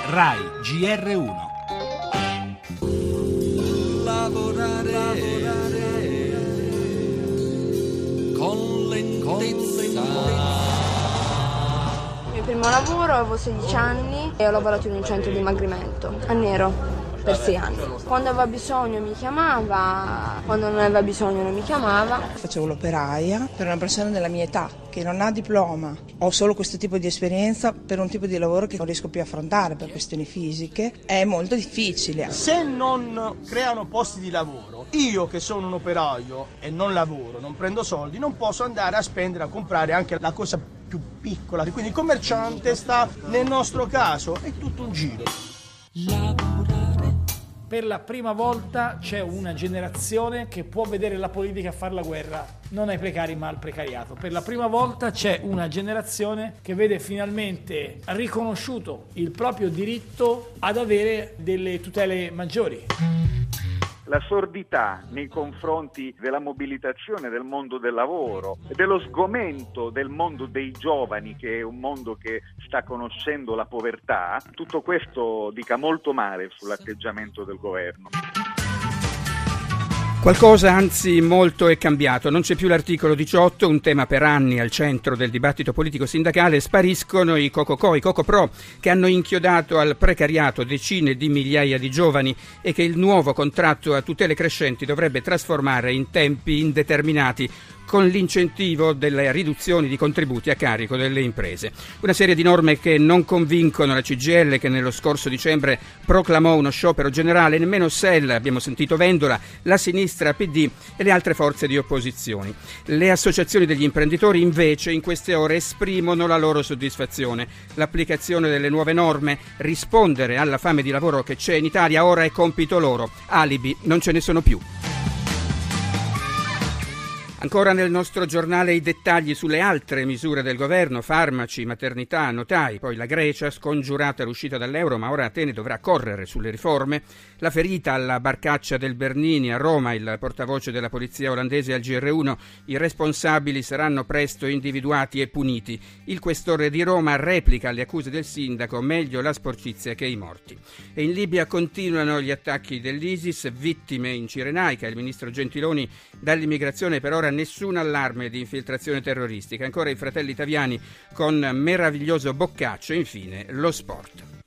RAI GR1. Lavorare con lentezza. Il mio primo lavoro avevo 16 anni e ho lavorato in un centro di dimagrimento a Nero per 6 anni. Quando aveva bisogno mi chiamava, quando non aveva bisogno non mi chiamava. Facevo l'operaia per una persona della mia età che non ha diploma. Ho solo questo tipo di esperienza per un tipo di lavoro che non riesco più a affrontare per questioni fisiche. È molto difficile. Se non creano posti di lavoro, io che sono un operaio e non lavoro, non prendo soldi, non posso andare a spendere, a comprare anche la cosa più piccola. Quindi il commerciante sta, nel nostro caso, è tutto un giro. Per la prima volta c'è una generazione che può vedere la politica fare la guerra non ai precari ma al precariato. Per la prima volta c'è una generazione che vede finalmente riconosciuto il proprio diritto ad avere delle tutele maggiori. La sordità nei confronti della mobilitazione del mondo del lavoro e dello sgomento del mondo dei giovani, che è un mondo che sta conoscendo la povertà, tutto questo dica molto male sull'atteggiamento del governo. Qualcosa, anzi molto, è cambiato. Non c'è più l'articolo 18, un tema per anni al centro del dibattito politico-sindacale. Spariscono i Coco-Co, i Coco-Pro, che hanno inchiodato al precariato decine di migliaia di giovani e che il nuovo contratto a tutele crescenti dovrebbe trasformare in tempi indeterminati, con l'incentivo delle riduzioni di contributi a carico delle imprese. Una serie di norme che non convincono la CGIL, che nello scorso dicembre proclamò uno sciopero generale, nemmeno SEL, abbiamo sentito Vendola, la sinistra PD e le altre forze di opposizione. Le associazioni degli imprenditori invece in queste ore esprimono la loro soddisfazione. L'applicazione delle nuove norme, rispondere alla fame di lavoro che c'è in Italia, ora è compito loro. Alibi non ce ne sono più. Ancora nel nostro giornale i dettagli sulle altre misure del governo: farmaci, maternità, notai, poi la Grecia scongiurata l'uscita dall'euro, ma ora Atene dovrà correre sulle riforme, la ferita alla barcaccia del Bernini a Roma, il portavoce della polizia olandese al GR1, i responsabili saranno presto individuati e puniti. Il questore di Roma replica alle accuse del sindaco: meglio la sporcizia che i morti. E in Libia continuano gli attacchi dell'ISIS, vittime in Cirenaica. Il ministro Gentiloni: dall'immigrazione per ora nessun allarme di infiltrazione terroristica. Ancora i fratelli Taviani con meraviglioso Boccaccio. Infine lo sport.